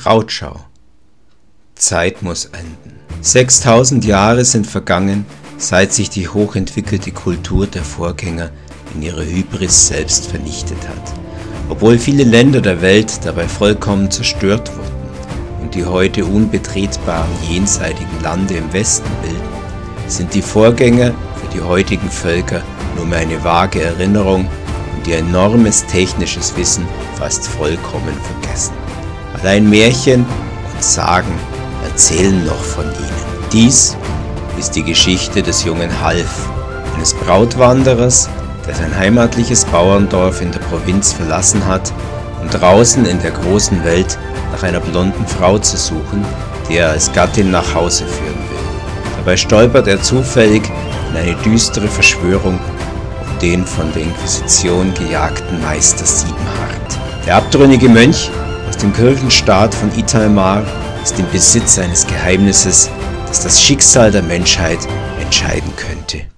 Brautschau. Zeit muss enden. 6000 Jahre sind vergangen, seit sich die hochentwickelte Kultur der Vorgänger in ihrer Hybris selbst vernichtet hat. Obwohl viele Länder der Welt dabei vollkommen zerstört wurden und die heute unbetretbaren jenseitigen Lande im Westen bilden, sind die Vorgänger für die heutigen Völker nur mehr eine vage Erinnerung und ihr enormes technisches Wissen fast vollkommen vergessen. Allein Märchen und Sagen erzählen noch von ihnen. Dies ist die Geschichte des jungen Half, eines Brautwanderers, der sein heimatliches Bauerndorf in der Provinz verlassen hat, um draußen in der großen Welt nach einer blonden Frau zu suchen, die er als Gattin nach Hause führen will. Dabei stolpert er zufällig in eine düstere Verschwörung um den von der Inquisition gejagten Meister Siebenhart. Der abtrünnige Mönch aus dem Kirchenstaat von Italmar ist im Besitz eines Geheimnisses, das das Schicksal der Menschheit entscheiden könnte.